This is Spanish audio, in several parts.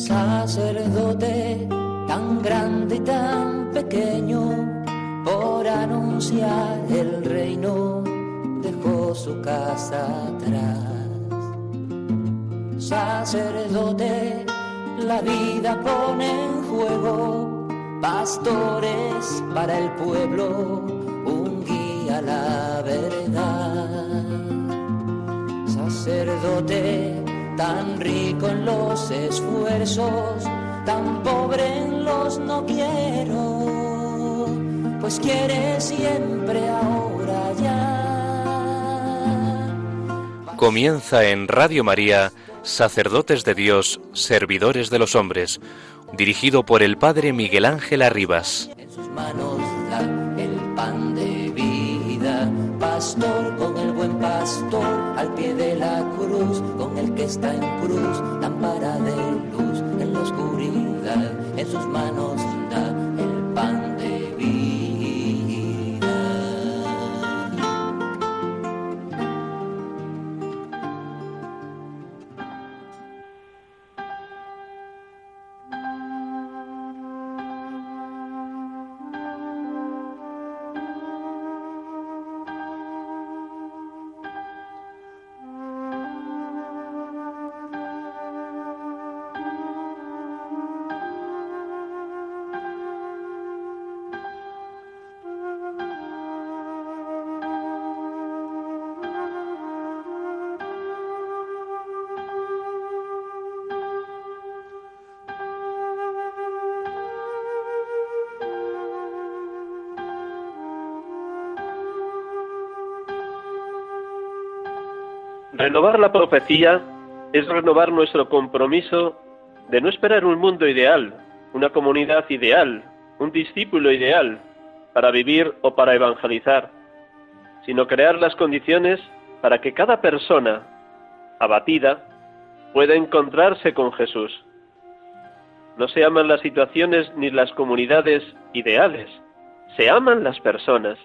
Sacerdote tan grande y tan pequeño, por anunciar el reino dejó su casa atrás. Sacerdote, la vida pone en juego, pastores para el pueblo, un guía a la verdad. Sacerdote, tan rico en los esfuerzos, tan pobre en los no quiero, pues quiere siempre ahora ya. Comienza en Radio María, Sacerdotes de Dios, Servidores de los Hombres, dirigido por el Padre Miguel Ángel Arribas. En sus manos da el pan de vida, pastor con el buen pastor, al pie de la cruz, con el que está en cruz, lámpara de luz en la oscuridad, en sus manos da el pan de vida. Renovar la profecía es renovar nuestro compromiso de no esperar un mundo ideal, una comunidad ideal, un discípulo ideal para vivir o para evangelizar, sino crear las condiciones para que cada persona abatida pueda encontrarse con Jesús. No se aman las situaciones ni las comunidades ideales, se aman las personas.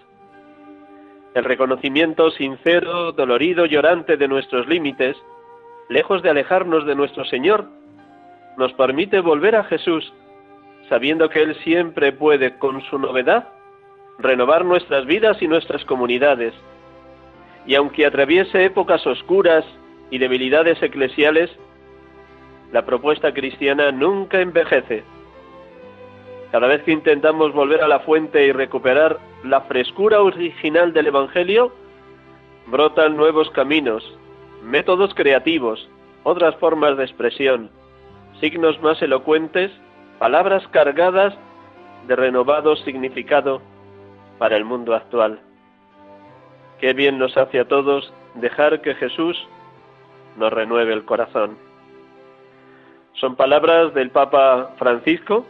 El reconocimiento sincero, dolorido, llorante de nuestros límites, lejos de alejarnos de nuestro Señor, nos permite volver a Jesús, sabiendo que Él siempre puede, con su novedad, renovar nuestras vidas y nuestras comunidades. Y aunque atraviese épocas oscuras y debilidades eclesiales, la propuesta cristiana nunca envejece. Cada vez que intentamos volver a la fuente y recuperar la frescura original del Evangelio, brotan nuevos caminos, métodos creativos, otras formas de expresión, signos más elocuentes, palabras cargadas de renovado significado para el mundo actual. Qué bien nos hace a todos dejar que Jesús nos renueve el corazón. Son palabras del Papa Francisco,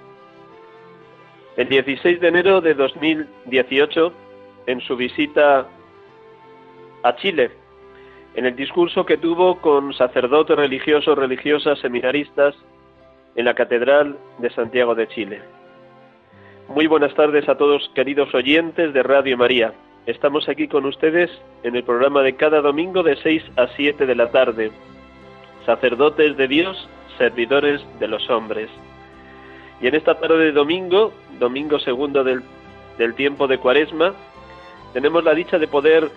el 16 de enero de 2018, en su visita a Chile, en el discurso que tuvo con sacerdotes religiosos, religiosas, seminaristas, en la Catedral de Santiago de Chile. Muy buenas tardes a todos, queridos oyentes de Radio María. Estamos aquí con ustedes en el programa de cada domingo de 6 a 7 de la tarde. Sacerdotes de Dios, servidores de los hombres. Y en esta tarde de domingo segundo del tiempo de Cuaresma, tenemos la dicha de poder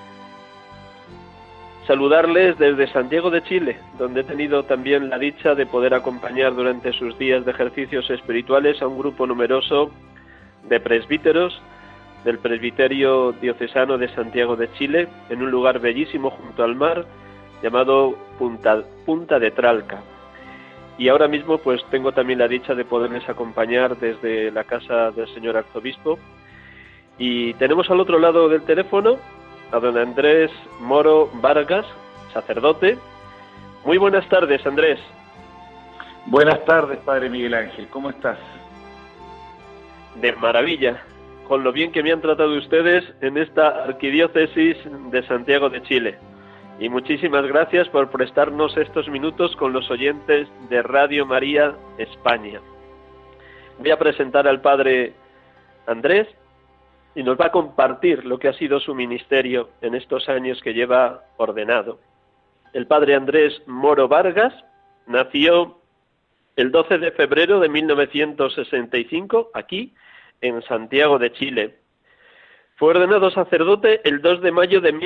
saludarles desde Santiago de Chile, donde he tenido también la dicha de poder acompañar durante sus días de ejercicios espirituales a un grupo numeroso de presbíteros del Presbiterio Diocesano de Santiago de Chile, en un lugar bellísimo junto al mar, llamado Punta de Tralca. Y ahora mismo pues tengo también la dicha de poderles acompañar desde la casa del señor arzobispo. Y tenemos al otro lado del teléfono a don Andrés Moro Vargas, sacerdote. Muy buenas tardes, Andrés. Buenas tardes, Padre Miguel Ángel. ¿Cómo estás? De maravilla, con lo bien que me han tratado ustedes en esta arquidiócesis de Santiago de Chile. Y muchísimas gracias por prestarnos estos minutos con los oyentes de Radio María España. Voy a presentar al Padre Andrés y nos va a compartir lo que ha sido su ministerio en estos años que lleva ordenado. El Padre Andrés Moro Vargas nació el 12 de febrero de 1965, aquí, en Santiago de Chile. Fue ordenado sacerdote el 2 de mayo de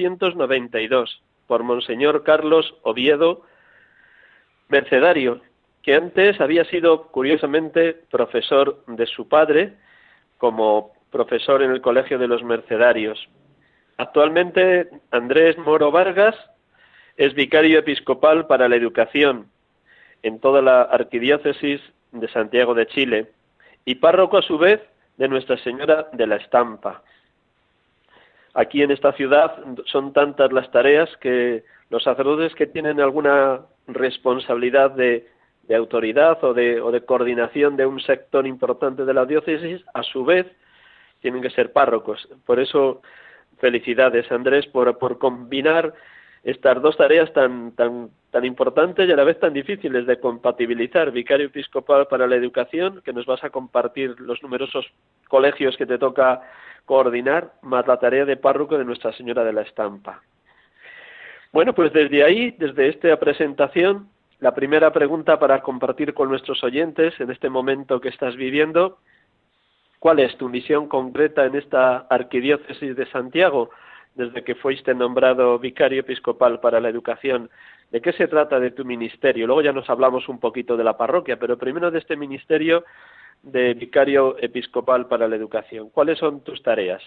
1992 por Monseñor Carlos Oviedo Mercedario, que antes había sido, curiosamente, profesor de su padre, como profesor en el Colegio de los Mercedarios. Actualmente, Andrés Moro Vargas es vicario episcopal para la educación en toda la arquidiócesis de Santiago de Chile y párroco, a su vez, de Nuestra Señora de la Estampa. Aquí en esta ciudad son tantas las tareas que los sacerdotes que tienen alguna responsabilidad de autoridad o de coordinación de un sector importante de la diócesis, a su vez tienen que ser párrocos. Por eso, felicidades, Andrés, por combinar estas dos tareas tan importantes y a la vez tan difíciles de compatibilizar: vicario episcopal para la educación, que nos vas a compartir los numerosos colegios que te toca coordinar, más la tarea de párroco de Nuestra Señora de la Estampa. Bueno, pues desde ahí, desde esta presentación, la primera pregunta para compartir con nuestros oyentes en este momento que estás viviendo: ¿cuál es tu misión concreta en esta arquidiócesis de Santiago, desde que fuiste nombrado vicario episcopal para la educación? ¿De qué se trata de tu ministerio? Luego ya nos hablamos un poquito de la parroquia, pero primero de este ministerio de vicario episcopal para la educación. ¿Cuáles son tus tareas?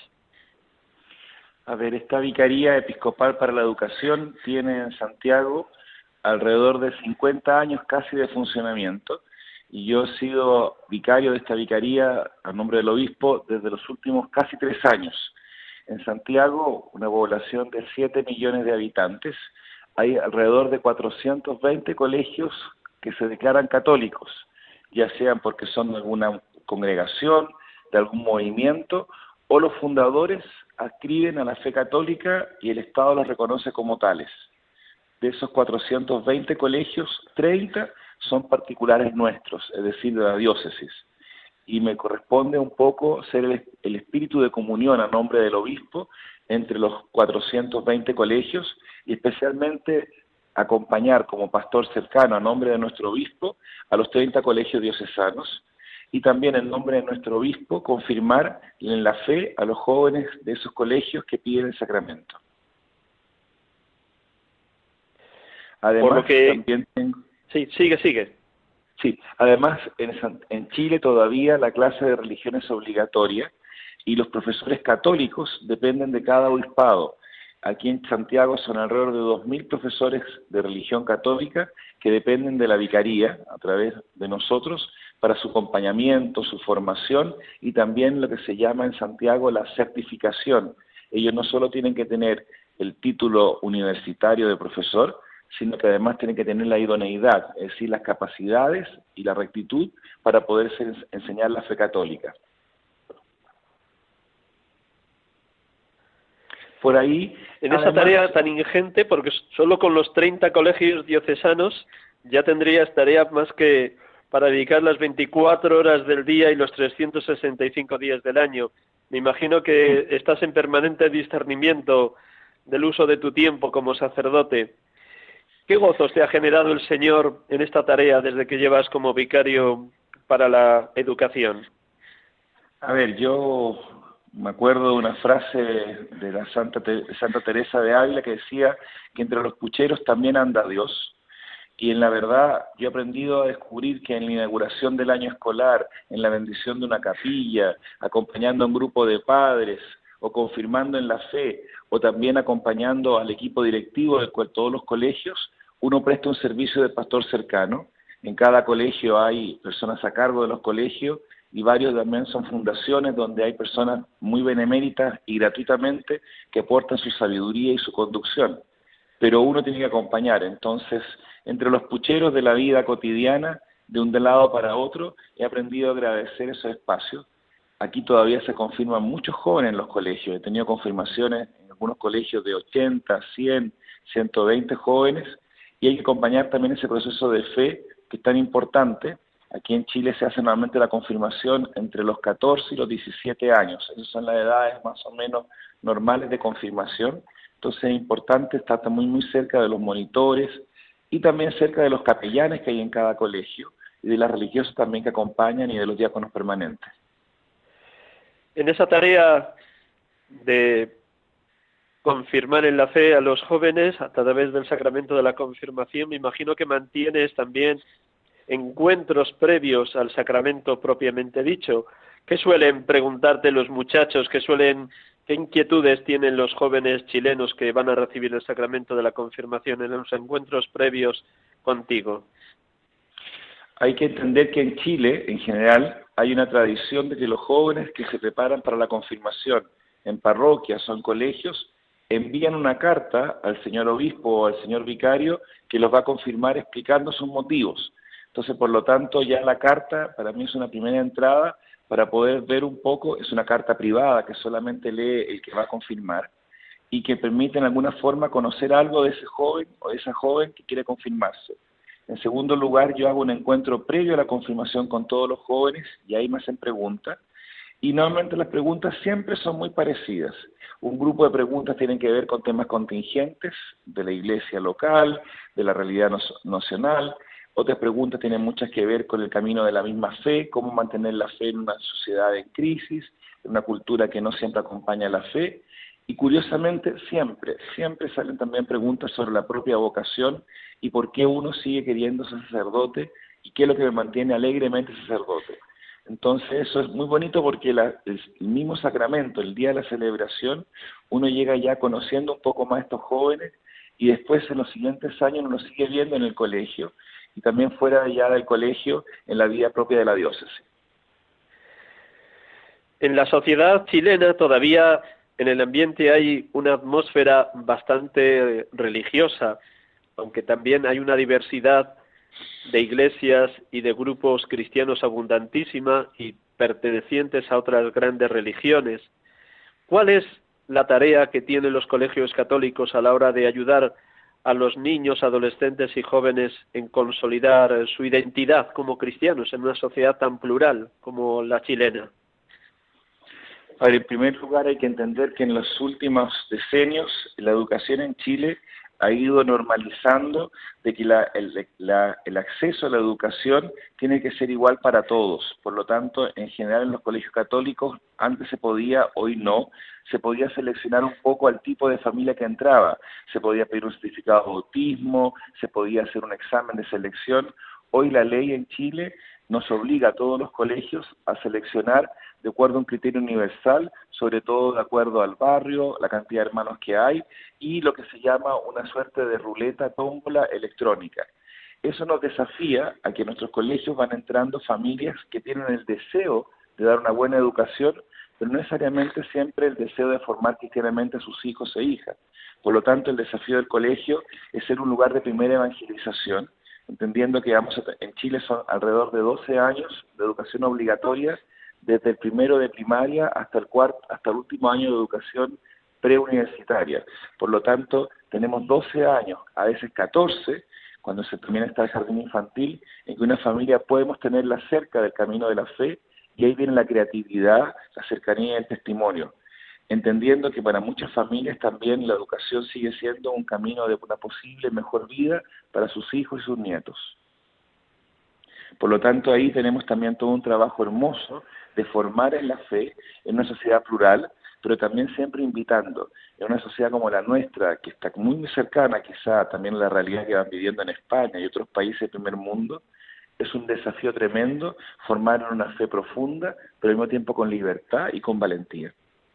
A ver, esta Vicaría Episcopal para la Educación tiene en Santiago alrededor de 50 años casi de funcionamiento, y yo he sido vicario de esta vicaría a nombre del obispo desde los últimos casi 3 años. En Santiago, una población de 7 millones de habitantes, hay alrededor de 420 colegios que se declaran católicos, ya sean porque son de alguna congregación, de algún movimiento, o los fundadores adscriben a la fe católica y el Estado los reconoce como tales. De esos 420 colegios, 30 son particulares nuestros, es decir, de la diócesis. Y me corresponde un poco ser el espíritu de comunión a nombre del obispo entre los 420 colegios, y especialmente acompañar como pastor cercano a nombre de nuestro obispo a los 30 colegios diocesanos, y también en nombre de nuestro obispo confirmar en la fe a los jóvenes de esos colegios que piden el sacramento. Además, por lo que... también tengo... Sí, sigue. Sí, además en Chile todavía la clase de religión es obligatoria y los profesores católicos dependen de cada obispado. Aquí en Santiago son alrededor de 2.000 profesores de religión católica que dependen de la vicaría a través de nosotros para su acompañamiento, su formación y también lo que se llama en Santiago la certificación. Ellos no solo tienen que tener el título universitario de profesor, sino que además tienen que tener la idoneidad, es decir, las capacidades y la rectitud para poder enseñar la fe católica. Por ahí, en esa tarea tan ingente, porque solo con los 30 colegios diocesanos ya tendrías tarea más que para dedicar las 24 horas del día y los 365 días del año. Me imagino que estás en permanente discernimiento del uso de tu tiempo como sacerdote. ¿Qué gozos te ha generado el Señor en esta tarea desde que llevas como vicario para la educación? A ver, yo me acuerdo de una frase de la Santa Teresa de Ávila que decía que entre los pucheros también anda Dios. Y en la verdad yo he aprendido a descubrir que en la inauguración del año escolar, en la bendición de una capilla, acompañando a un grupo de padres o confirmando en la fe, o también acompañando al equipo directivo de todos los colegios, uno presta un servicio de pastor cercano. En cada colegio hay personas a cargo de los colegios y varios también son fundaciones donde hay personas muy beneméritas y gratuitamente que aportan su sabiduría y su conducción. Pero uno tiene que acompañar. Entonces, entre los pucheros de la vida cotidiana, de un lado para otro, he aprendido a agradecer esos espacios. Aquí todavía se confirman muchos jóvenes en los colegios. He tenido confirmaciones en algunos colegios de 80, 100, 120 jóvenes, y hay que acompañar también ese proceso de fe que es tan importante. Aquí en Chile se hace normalmente la confirmación entre los 14 y los 17 años. Esas son las edades más o menos normales de confirmación. Entonces es importante estar muy cerca de los monitores y también cerca de los capellanes que hay en cada colegio, y de las religiosas también que acompañan y de los diáconos permanentes. En esa tarea de confirmar en la fe a los jóvenes a través del sacramento de la confirmación, me imagino que mantienes también encuentros previos al sacramento propiamente dicho. ¿Qué suelen preguntarte los muchachos? ¿Qué inquietudes tienen los jóvenes chilenos que van a recibir el sacramento de la confirmación en los encuentros previos contigo? Hay que entender que en Chile, en general, hay una tradición de que los jóvenes que se preparan para la confirmación en parroquias o en colegios envían una carta al señor obispo o al señor vicario que los va a confirmar explicando sus motivos. Entonces, por lo tanto, ya la carta para mí es una primera entrada para poder ver un poco, es una carta privada que solamente lee el que va a confirmar y que permite en alguna forma conocer algo de ese joven o de esa joven que quiere confirmarse. En segundo lugar, yo hago un encuentro previo a la confirmación con todos los jóvenes y ahí me hacen preguntas. Y normalmente las preguntas siempre son muy parecidas. Un grupo de preguntas tienen que ver con temas contingentes de la iglesia local, de la realidad nacional. Otras preguntas tienen muchas que ver con el camino de la misma fe, cómo mantener la fe en una sociedad en crisis, en una cultura que no siempre acompaña la fe. Y curiosamente, siempre salen también preguntas sobre la propia vocación y por qué uno sigue queriendo ser sacerdote y qué es lo que me mantiene alegremente sacerdote. Entonces eso es muy bonito porque el mismo sacramento, el día de la celebración, uno llega ya conociendo un poco más a estos jóvenes y después en los siguientes años uno los sigue viendo en el colegio y también fuera ya del colegio en la vida propia de la diócesis. En la sociedad chilena todavía en el ambiente hay una atmósfera bastante religiosa, aunque también hay una diversidad de iglesias y de grupos cristianos abundantísima y pertenecientes a otras grandes religiones. ¿Cuál es la tarea que tienen los colegios católicos a la hora de ayudar a los niños, adolescentes y jóvenes en consolidar su identidad como cristianos en una sociedad tan plural como la chilena? A ver, en primer lugar hay que entender que en los últimos decenios la educación en Chile ha ido normalizando de que el acceso a la educación tiene que ser igual para todos. Por lo tanto, en general en los colegios católicos, antes se podía, hoy no, se podía seleccionar un poco al tipo de familia que entraba. Se podía pedir un certificado de bautismo, se podía hacer un examen de selección. Hoy la ley en Chile nos obliga a todos los colegios a seleccionar de acuerdo a un criterio universal, sobre todo de acuerdo al barrio, la cantidad de hermanos que hay y lo que se llama una suerte de ruleta tómbola electrónica. Eso nos desafía a que en nuestros colegios van entrando familias que tienen el deseo de dar una buena educación, pero no necesariamente siempre el deseo de formar cristianamente a sus hijos e hijas. Por lo tanto, el desafío del colegio es ser un lugar de primera evangelización, entendiendo que en Chile son alrededor de 12 años de educación obligatoria, desde el primero de primaria hasta el último año de educación preuniversitaria. Por lo tanto, tenemos 12 años, a veces 14, cuando se termina el jardín infantil, en que una familia podemos tenerla cerca del camino de la fe, y ahí viene la creatividad, la cercanía y el testimonio, entendiendo que para muchas familias también la educación sigue siendo un camino de una posible mejor vida para sus hijos y sus nietos. Por lo tanto, ahí tenemos también todo un trabajo hermoso de formar en la fe, en una sociedad plural, pero también siempre invitando, en una sociedad como la nuestra, que está muy cercana quizá también a la realidad que van viviendo en España y otros países del primer mundo, es un desafío tremendo formar en una fe profunda, pero al mismo tiempo con libertad y con valentía.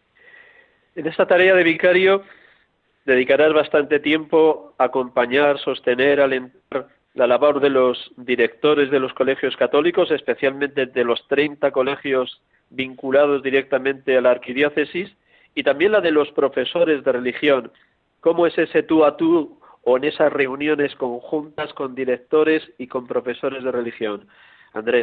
En esta tarea de vicario dedicarás bastante tiempo a acompañar, sostener, alentar la labor de los directores de los colegios católicos, especialmente de los 30 colegios vinculados directamente a la arquidiócesis, y también la de los profesores de religión. ¿Cómo es ese tú a tú o en esas reuniones conjuntas con directores y con profesores de religión? Andrés.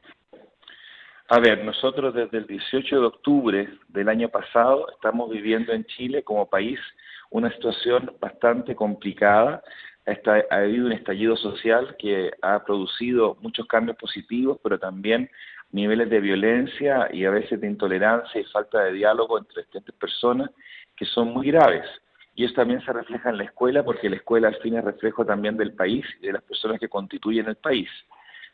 A ver, nosotros desde el 18 de octubre del año pasado estamos viviendo en Chile como país una situación bastante complicada. Ha habido un estallido social que ha producido muchos cambios positivos, pero también niveles de violencia y a veces de intolerancia y falta de diálogo entre distintas personas que son muy graves. Y eso también se refleja en la escuela, porque la escuela al fin es reflejo también del país y de las personas que constituyen el país.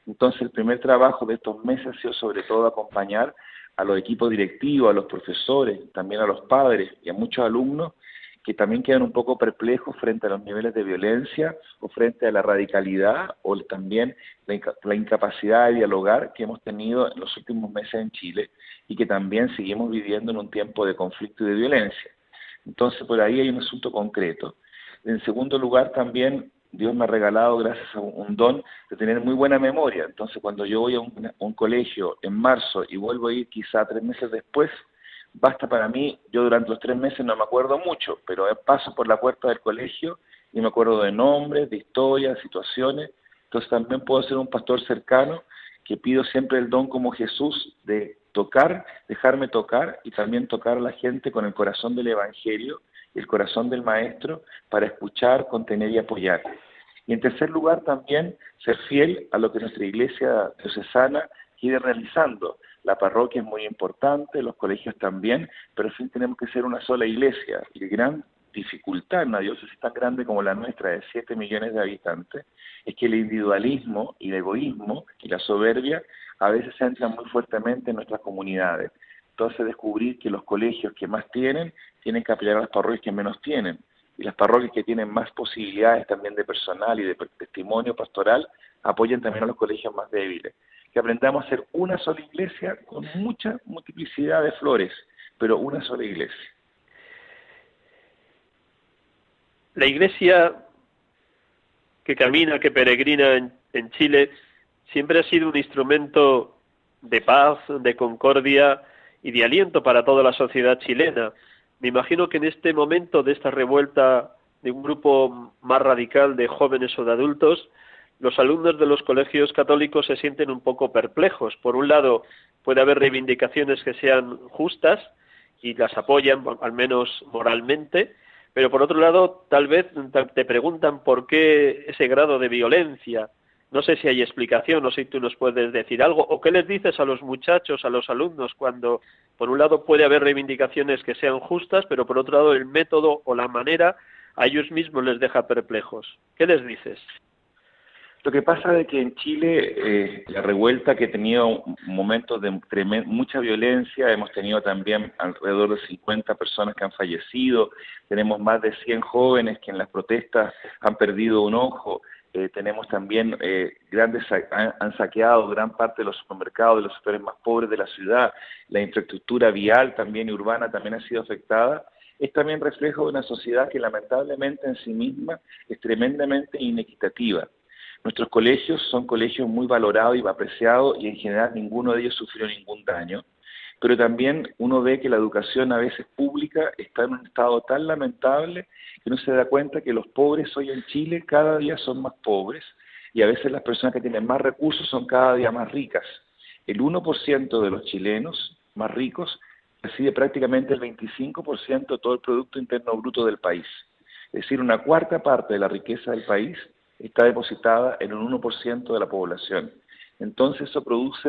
Entonces el primer trabajo de estos meses ha sido sobre todo acompañar a los equipos directivos, a los profesores, también a los padres y a muchos alumnos que también quedan un poco perplejos frente a los niveles de violencia o frente a la radicalidad o también la incapacidad de dialogar que hemos tenido en los últimos meses en Chile y que también seguimos viviendo en un tiempo de conflicto y de violencia. Entonces por ahí hay un asunto concreto. En segundo lugar también Dios me ha regalado, gracias a un don, de tener muy buena memoria. Entonces cuando yo voy a un colegio en marzo y vuelvo a ir quizá 3 meses después, basta para mí, yo durante los 3 meses no me acuerdo mucho, pero paso por la puerta del colegio y me acuerdo de nombres, de historias, de situaciones. Entonces también puedo ser un pastor cercano que pido siempre el don como Jesús de tocar, dejarme tocar y también tocar a la gente con el corazón del Evangelio, el corazón del Maestro, para escuchar, contener y apoyar. Y en tercer lugar también ser fiel a lo que nuestra iglesia diocesana quiere realizando. La parroquia es muy importante, los colegios también, pero al fin tenemos que ser una sola iglesia. Y la gran dificultad en una diócesis tan grande como la nuestra, de 7 millones de habitantes, es que el individualismo y el egoísmo y la soberbia a veces entran muy fuertemente en nuestras comunidades. Entonces descubrir que los colegios que más tienen que apoyar a las parroquias que menos tienen. Y las parroquias que tienen más posibilidades también de personal y de testimonio pastoral apoyan también a los colegios más débiles. Que aprendamos a ser una sola iglesia con mucha multiplicidad de flores, pero una sola iglesia. La iglesia que camina, que peregrina en Chile, siempre ha sido un instrumento de paz, de concordia y de aliento para toda la sociedad chilena. Me imagino que en este momento de esta revuelta de un grupo más radical de jóvenes o de adultos, los alumnos de los colegios católicos se sienten un poco perplejos. Por un lado, puede haber reivindicaciones que sean justas y las apoyan, al menos moralmente, pero por otro lado, tal vez te preguntan por qué ese grado de violencia. No sé si hay explicación, no sé si tú nos puedes decir algo, o qué les dices a los muchachos, a los alumnos, cuando por un lado puede haber reivindicaciones que sean justas, pero por otro lado el método o la manera a ellos mismos les deja perplejos. ¿Qué les dices? Lo que pasa es que en Chile la revuelta que ha tenido momentos de mucha violencia, hemos tenido también alrededor de 50 personas que han fallecido, tenemos más de 100 jóvenes que en las protestas han perdido un ojo, tenemos también han saqueado gran parte de los supermercados de los sectores más pobres de la ciudad, la infraestructura vial también y urbana también ha sido afectada. Es también reflejo de una sociedad que lamentablemente en sí misma es tremendamente inequitativa. Nuestros colegios son colegios muy valorados y apreciados y en general ninguno de ellos sufrió ningún daño, pero también uno ve que la educación a veces pública está en un estado tan lamentable que uno se da cuenta que los pobres hoy en Chile cada día son más pobres y a veces las personas que tienen más recursos son cada día más ricas. El 1% de los chilenos más ricos recibe prácticamente el 25% de todo el Producto Interno Bruto del país. Es decir, una cuarta parte de la riqueza del país está depositada en un 1% de la población. Entonces eso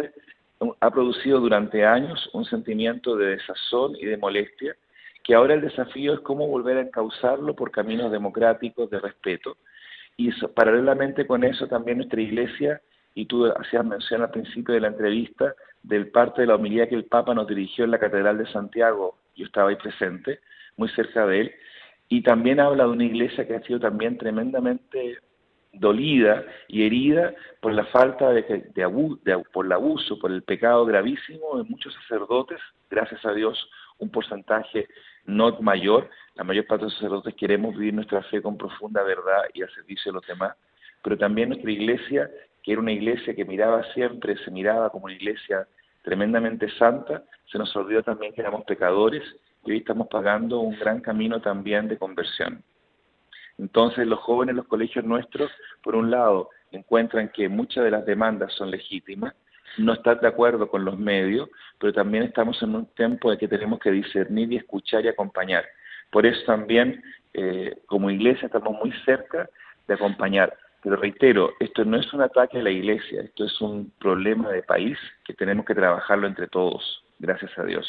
ha producido durante años un sentimiento de desazón y de molestia, que ahora el desafío es cómo volver a encauzarlo por caminos democráticos de respeto. Y paralelamente con eso también nuestra iglesia, y tú hacías mención al principio de la entrevista, del parte de la homilía que el Papa nos dirigió en la Catedral de Santiago, yo estaba ahí presente, muy cerca de él, y también habla de una iglesia que ha sido también tremendamente dolida y herida por la falta por el abuso, por el pecado gravísimo de muchos sacerdotes. Gracias a Dios, un porcentaje no mayor, la mayor parte de los sacerdotes queremos vivir nuestra fe con profunda verdad y al servicio de los demás, pero también nuestra iglesia, que era una iglesia que se miraba como una iglesia tremendamente santa, se nos olvidó también que éramos pecadores y hoy estamos pagando un gran camino también de conversión. Entonces los jóvenes, los colegios nuestros, por un lado, encuentran que muchas de las demandas son legítimas, no están de acuerdo con los medios, pero también estamos en un tiempo de que tenemos que discernir y escuchar y acompañar. Por eso también, como iglesia, estamos muy cerca de acompañar. Pero reitero, esto no es un ataque a la iglesia, esto es un problema de país que tenemos que trabajarlo entre todos, gracias a Dios.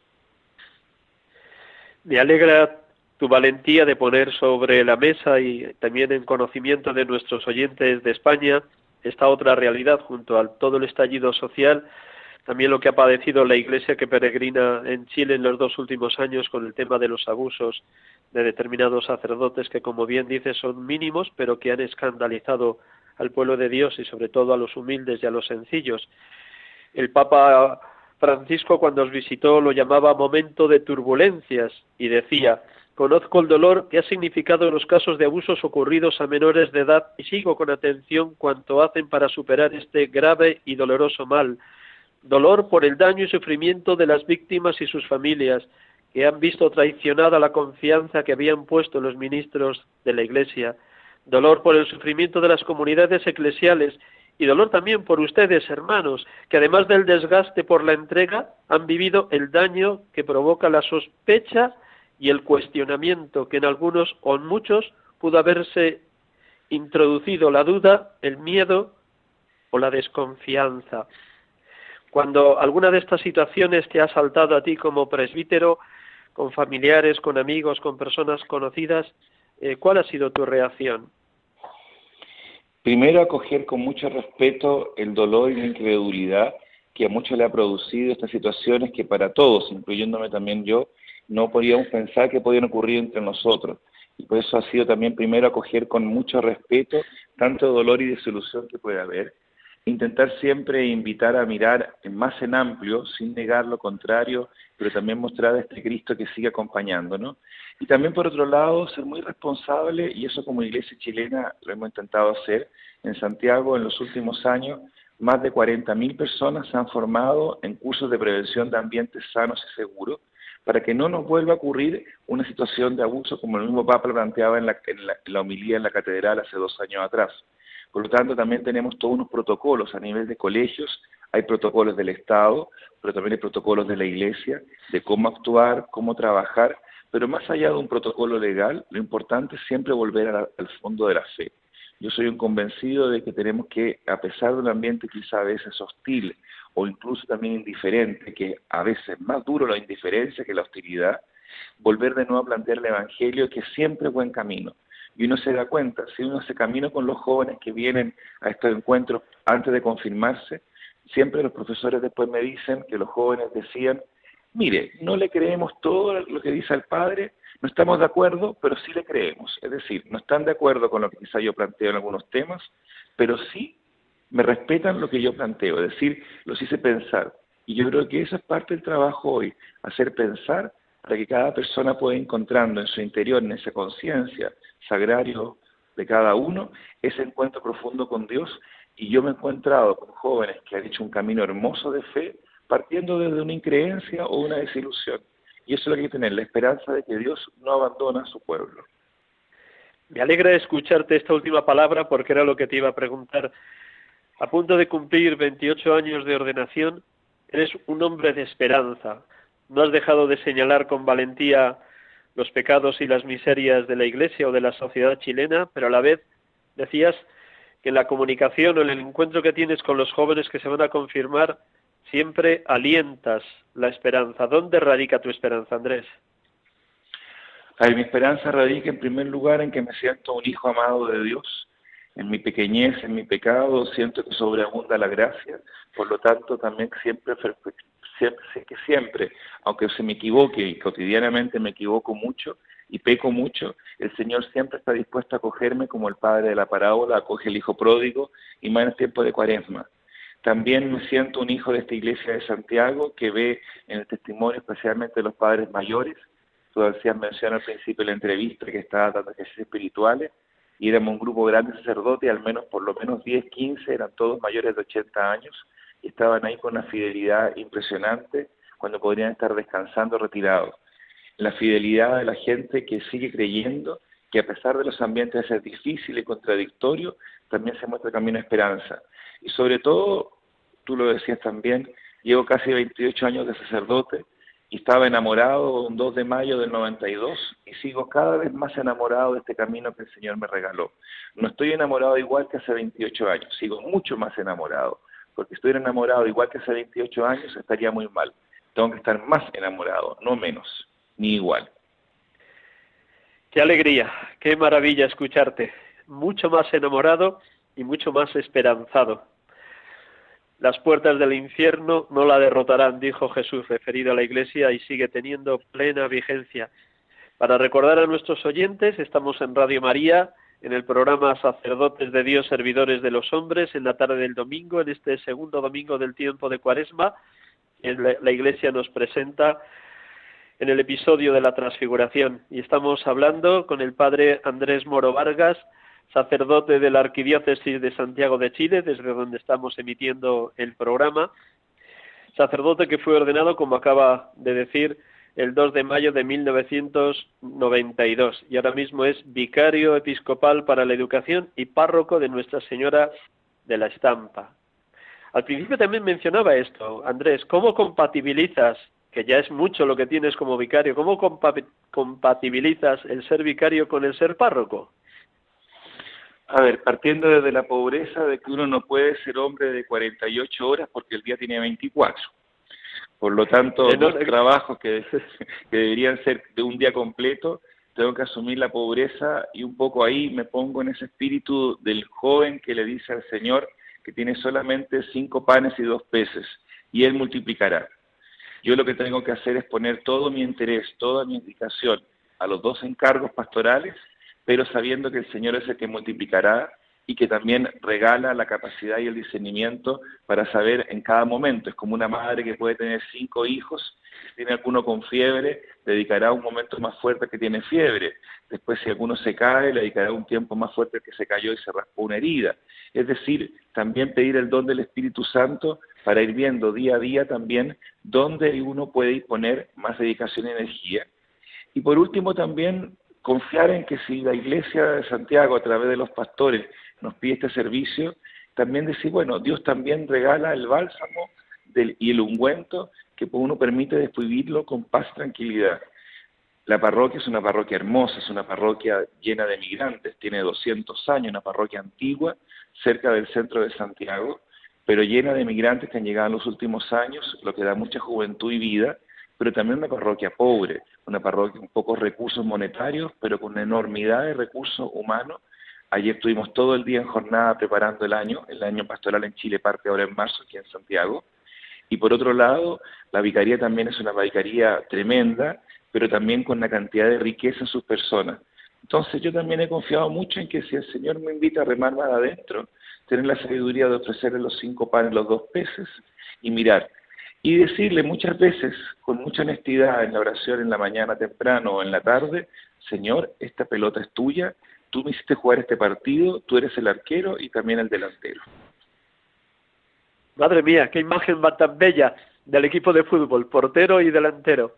Me alegra tu valentía de poner sobre la mesa y también en conocimiento de nuestros oyentes de España esta otra realidad, junto a todo el estallido social, también lo que ha padecido la Iglesia que peregrina en Chile en los 2 últimos años con el tema de los abusos de determinados sacerdotes que, como bien dice, son mínimos, pero que han escandalizado al pueblo de Dios y sobre todo a los humildes y a los sencillos. El Papa Francisco, cuando os visitó, lo llamaba momento de turbulencias y decía: conozco el dolor que ha significado los casos de abusos ocurridos a menores de edad y sigo con atención cuanto hacen para superar este grave y doloroso mal. Dolor por el daño y sufrimiento de las víctimas y sus familias, que han visto traicionada la confianza que habían puesto los ministros de la Iglesia. Dolor por el sufrimiento de las comunidades eclesiales y dolor también por ustedes, hermanos, que además del desgaste por la entrega, han vivido el daño que provoca la sospecha y el cuestionamiento, que en algunos o en muchos pudo haberse introducido la duda, el miedo o la desconfianza. Cuando alguna de estas situaciones te ha asaltado a ti como presbítero, con familiares, con amigos, con personas conocidas, ¿cuál ha sido tu reacción? Primero, acoger con mucho respeto el dolor y la incredulidad que a muchos le ha producido estas situaciones que para todos, incluyéndome también yo, no podíamos pensar que podían ocurrir entre nosotros. Y por eso ha sido también primero acoger con mucho respeto tanto dolor y desilusión que puede haber. Intentar siempre invitar a mirar más en amplio, sin negar lo contrario, pero también mostrar a este Cristo que sigue acompañándonos. Y también, por otro lado, ser muy responsable, y eso como Iglesia chilena lo hemos intentado hacer. En Santiago, en los últimos años, más de 40.000 personas se han formado en cursos de prevención de ambientes sanos y seguros, para que no nos vuelva a ocurrir una situación de abuso como el mismo Papa planteaba en la homilía en la catedral hace 2 años atrás. Por lo tanto, también tenemos todos unos protocolos a nivel de colegios, hay protocolos del Estado, pero también hay protocolos de la Iglesia, de cómo actuar, cómo trabajar, pero más allá de un protocolo legal, lo importante es siempre volver al fondo de la fe. Yo soy un convencido de que tenemos que, a pesar de un ambiente quizá a veces hostil o incluso también indiferente, que a veces es más duro la indiferencia que la hostilidad, volver de nuevo a plantear el Evangelio, que siempre es buen camino. Y uno se da cuenta, si uno se camina con los jóvenes que vienen a estos encuentros antes de confirmarse, siempre los profesores después me dicen que los jóvenes decían: mire, no le creemos todo lo que dice el padre, no estamos de acuerdo, pero sí le creemos. Es decir, no están de acuerdo con lo que quizá yo planteo en algunos temas, pero sí me respetan lo que yo planteo, es decir, los hice pensar. Y yo creo que esa es parte del trabajo hoy, hacer pensar para que cada persona pueda ir encontrando en su interior, en esa conciencia sagrario de cada uno, ese encuentro profundo con Dios. Y yo me he encontrado con jóvenes que han hecho un camino hermoso de fe, partiendo desde una increencia o una desilusión. Y eso es lo que hay que tener, la esperanza de que Dios no abandona a su pueblo. Me alegra escucharte esta última palabra, porque era lo que te iba a preguntar. A punto de cumplir 28 años de ordenación, eres un hombre de esperanza. No has dejado de señalar con valentía los pecados y las miserias de la Iglesia o de la sociedad chilena, pero a la vez decías que en la comunicación o en el encuentro que tienes con los jóvenes que se van a confirmar, siempre alientas la esperanza. ¿Dónde radica tu esperanza, Andrés? Mi esperanza radica en primer lugar en que me siento un hijo amado de Dios. En mi pequeñez, en mi pecado, siento que sobreabunda la gracia. Por lo tanto, también siempre, aunque se me equivoque, y cotidianamente me equivoco mucho y peco mucho, el Señor siempre está dispuesto a acogerme como el padre de la parábola acoge el hijo pródigo, y más en el tiempo de Cuaresma. También me siento un hijo de esta iglesia de Santiago que ve en el testimonio especialmente de los padres mayores. Tú hacías mención al principio de la entrevista que estaba dando ejercicios espirituales, y éramos un grupo grande de sacerdotes, al menos por lo menos 10, 15, eran todos mayores de 80 años, y estaban ahí con una fidelidad impresionante cuando podrían estar descansando retirados. La fidelidad de la gente que sigue creyendo que a pesar de los ambientes de ser difíciles y contradictorios, también se muestra el camino de esperanza. Y sobre todo, tú lo decías también, llevo casi 28 años de sacerdote y estaba enamorado un 2 de mayo del 92 y sigo cada vez más enamorado de este camino que el Señor me regaló. No estoy enamorado igual que hace 28 años, sigo mucho más enamorado, porque si estuviera enamorado igual que hace 28 años estaría muy mal. Tengo que estar más enamorado, no menos, ni igual. Qué alegría, qué maravilla escucharte. Mucho más enamorado y mucho más esperanzado. Las puertas del infierno no la derrotarán, dijo Jesús, referido a la Iglesia, y sigue teniendo plena vigencia. Para recordar a nuestros oyentes, estamos en Radio María, en el programa Sacerdotes de Dios, Servidores de los Hombres, en la tarde del domingo, en este segundo domingo del tiempo de Cuaresma. La Iglesia nos presenta en el episodio de la Transfiguración, y estamos hablando con el padre Andrés Moro Vargas, sacerdote de la Arquidiócesis de Santiago de Chile, desde donde estamos emitiendo el programa, sacerdote que fue ordenado, como acaba de decir, el 2 de mayo de 1992, y ahora mismo es vicario episcopal para la educación y párroco de Nuestra Señora de la Estampa. Al principio también mencionaba esto, Andrés, ¿cómo compatibilizas, que ya es mucho lo que tienes como vicario, cómo compatibilizas el ser vicario con el ser párroco? A ver, partiendo desde la pobreza de que uno no puede ser hombre de 48 horas porque el día tiene 24. Por lo tanto, los trabajos que deberían ser de un día completo, tengo que asumir la pobreza, y un poco ahí me pongo en ese espíritu del joven que le dice al Señor que tiene solamente 5 panes y 2 peces, y Él multiplicará. Yo lo que tengo que hacer es poner todo mi interés, toda mi dedicación a los 2 encargos pastorales, pero sabiendo que el Señor es el que multiplicará y que también regala la capacidad y el discernimiento para saber en cada momento. Es como una madre que puede tener 5 hijos, si tiene alguno con fiebre, dedicará un momento más fuerte al que tiene fiebre. Después, si alguno se cae, le dedicará un tiempo más fuerte al que se cayó y se raspó una herida. Es decir, también pedir el don del Espíritu Santo para ir viendo día a día también dónde uno puede poner más dedicación y energía. Y por último también confiar en que si la Iglesia de Santiago, a través de los pastores, nos pide este servicio, también decir, bueno, Dios también regala el bálsamo y el ungüento que uno permite después vivirlo con paz, tranquilidad. La parroquia es una parroquia hermosa, es una parroquia llena de migrantes, tiene 200 años, una parroquia antigua, cerca del centro de Santiago, pero llena de migrantes que han llegado en los últimos años, lo que da mucha juventud y vida, pero también una parroquia pobre, una parroquia con pocos recursos monetarios, pero con una enormidad de recursos humanos. Ayer estuvimos todo el día en jornada preparando el año pastoral en Chile parte ahora en marzo, aquí en Santiago. Y por otro lado, la vicaría también es una vicaría tremenda, pero también con una cantidad de riqueza en sus personas. Entonces yo también he confiado mucho en que si el Señor me invita a remar más adentro, tener la sabiduría de ofrecerle los 5 panes, los 2 peces, y mirar. Y decirle muchas veces, con mucha honestidad, en la oración en la mañana temprano o en la tarde, Señor, esta pelota es tuya, tú me hiciste jugar este partido, tú eres el arquero y también el delantero. Madre mía, qué imagen va tan bella del equipo de fútbol, portero y delantero.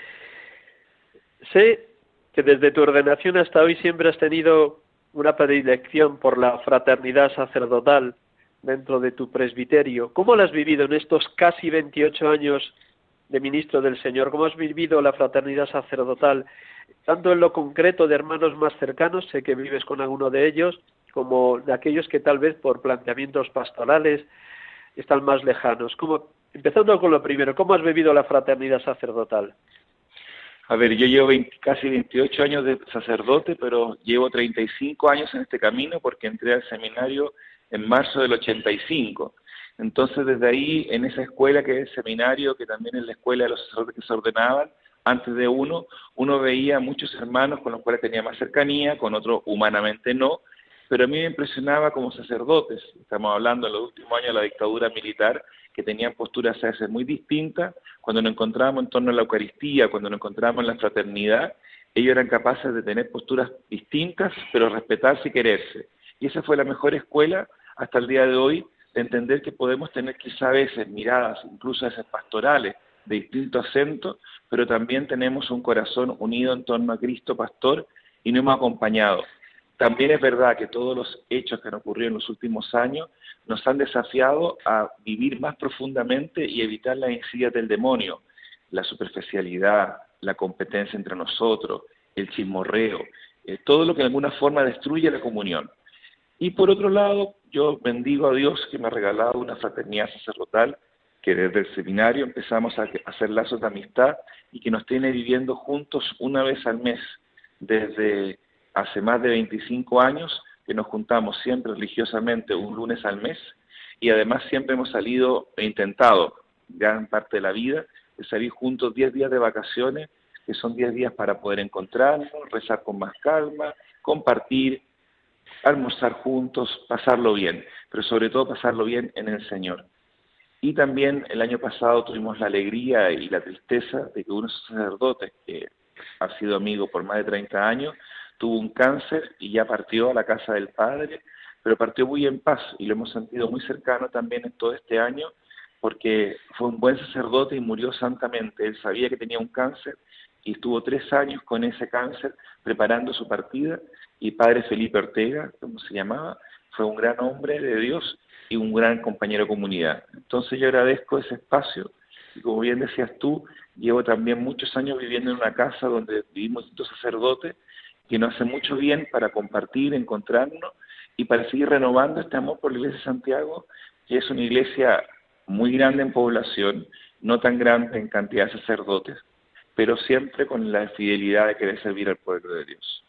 Sé que desde tu ordenación hasta hoy siempre has tenido una predilección por la fraternidad sacerdotal dentro de tu presbiterio. ¿Cómo lo has vivido en estos casi 28 años de ministro del Señor? ¿Cómo has vivido la fraternidad sacerdotal, tanto en lo concreto de hermanos más cercanos, sé que vives con alguno de ellos, como de aquellos que tal vez por planteamientos pastorales están más lejanos? Empezando con lo primero, ¿cómo has vivido la fraternidad sacerdotal? A ver, yo llevo casi 28 años de sacerdote, pero llevo 35 años en este camino porque entré al seminario en marzo del 85. Entonces, desde ahí, en esa escuela que es el seminario, que también es la escuela de los sacerdotes que se ordenaban, antes de uno veía muchos hermanos con los cuales tenía más cercanía, con otros humanamente no, pero a mí me impresionaba como sacerdotes, estamos hablando en los últimos años de la dictadura militar, que tenían posturas a veces muy distintas. Cuando nos encontrábamos en torno a la Eucaristía, cuando nos encontrábamos en la fraternidad, ellos eran capaces de tener posturas distintas, pero respetarse y quererse. Y esa fue la mejor escuela hasta el día de hoy, de entender que podemos tener quizá a veces miradas, incluso a veces pastorales, de distinto acento, pero también tenemos un corazón unido en torno a Cristo Pastor y nos hemos acompañado. También es verdad que todos los hechos que han ocurrido en los últimos años nos han desafiado a vivir más profundamente y evitar las insidias del demonio, la superficialidad, la competencia entre nosotros, el chismorreo, todo lo que de alguna forma destruye la comunión. Y por otro lado, yo bendigo a Dios que me ha regalado una fraternidad sacerdotal, que desde el seminario empezamos a hacer lazos de amistad y que nos tiene viviendo juntos una vez al mes, desde hace más de 25 años, que nos juntamos siempre religiosamente un lunes al mes, y además siempre hemos salido e intentado, gran parte de la vida, de salir juntos 10 días de vacaciones, que son 10 días para poder encontrarnos, rezar con más calma, compartir, almorzar juntos, pasarlo bien, pero sobre todo pasarlo bien en el Señor. Y también el año pasado tuvimos la alegría y la tristeza de que uno de sus sacerdotes, que ha sido amigo por más de 30 años, tuvo un cáncer y ya partió a la casa del Padre, pero partió muy en paz y lo hemos sentido muy cercano también en todo este año, porque fue un buen sacerdote y murió santamente. Él sabía que tenía un cáncer y estuvo 3 años con ese cáncer preparando su partida, y Padre Felipe Ortega, como se llamaba, fue un gran hombre de Dios y un gran compañero de comunidad. Entonces yo agradezco ese espacio, y como bien decías tú, llevo también muchos años viviendo en una casa donde vivimos distintos sacerdotes, que nos hace mucho bien para compartir, encontrarnos y para seguir renovando este amor por la Iglesia de Santiago, que es una iglesia muy grande en población, no tan grande en cantidad de sacerdotes, pero siempre con la fidelidad de querer servir al pueblo de Dios.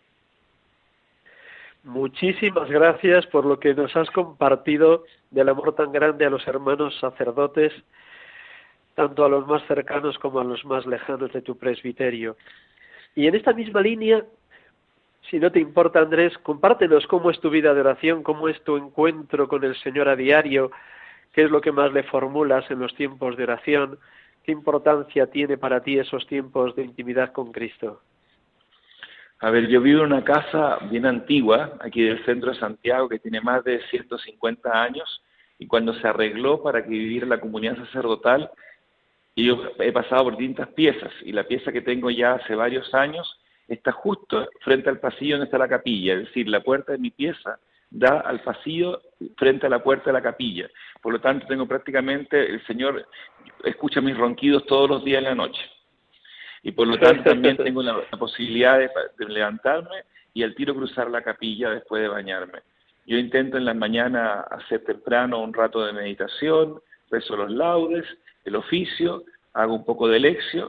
Muchísimas gracias por lo que nos has compartido del amor tan grande a los hermanos sacerdotes, tanto a los más cercanos como a los más lejanos de tu presbiterio. Y en esta misma línea, si no te importa, Andrés, compártenos cómo es tu vida de oración, cómo es tu encuentro con el Señor a diario, qué es lo que más le formulas en los tiempos de oración, qué importancia tiene para ti esos tiempos de intimidad con Cristo. A ver, yo vivo en una casa bien antigua, aquí del centro de Santiago, que tiene más de 150 años, y cuando se arregló para que viviera la comunidad sacerdotal, yo he pasado por distintas piezas, y la pieza que tengo ya hace varios años está justo frente al pasillo donde está la capilla, es decir, la puerta de mi pieza da al pasillo frente a la puerta de la capilla. Por lo tanto, tengo prácticamente, el Señor escucha mis ronquidos todos los días en la noche. Y por lo tanto también tengo la posibilidad de levantarme y al tiro cruzar la capilla después de bañarme. Yo intento en la mañana hacer temprano un rato de meditación, rezo los laudes, el oficio, hago un poco de lección.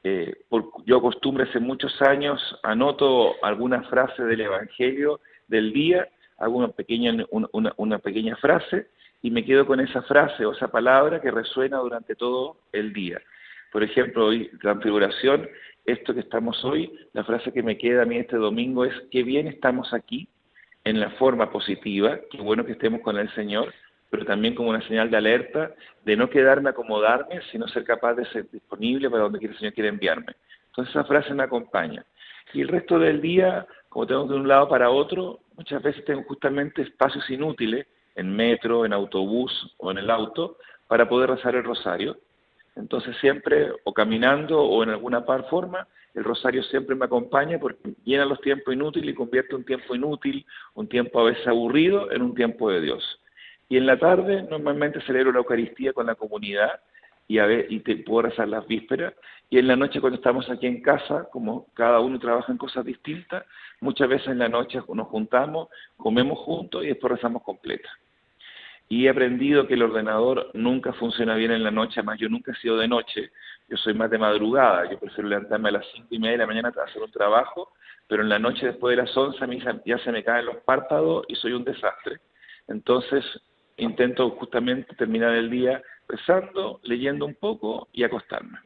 Yo acostumbro hace muchos años, anoto alguna frase del Evangelio del día, hago una pequeña frase y me quedo con esa frase o esa palabra que resuena durante todo el día. Por ejemplo, hoy, Transfiguración, esto que estamos hoy, la frase que me queda a mí este domingo es: qué bien estamos aquí, en la forma positiva, qué bueno que estemos con el Señor, pero también como una señal de alerta, de no quedarme, acomodarme, sino ser capaz de ser disponible para donde el Señor quiere enviarme. Entonces esa frase me acompaña. Y el resto del día, como tengo de un lado para otro, muchas veces tengo justamente espacios inútiles, en metro, en autobús o en el auto, para poder rezar el rosario. Entonces siempre, o caminando o en alguna forma, el rosario siempre me acompaña porque llena los tiempos inútiles y convierte un tiempo inútil, un tiempo a veces aburrido, en un tiempo de Dios. Y en la tarde normalmente celebro la Eucaristía con la comunidad y te puedo rezar las vísperas. Y en la noche, cuando estamos aquí en casa, como cada uno trabaja en cosas distintas, muchas veces en la noche nos juntamos, comemos juntos y después rezamos completa. Y he aprendido que el ordenador nunca funciona bien en la noche, además yo nunca he sido de noche, yo soy más de madrugada, yo prefiero levantarme a las 5:30 de la mañana para hacer un trabajo, pero en la noche después de las 11 a mí ya se me caen los párpados y soy un desastre. Entonces intento justamente terminar el día rezando, leyendo un poco y acostarme.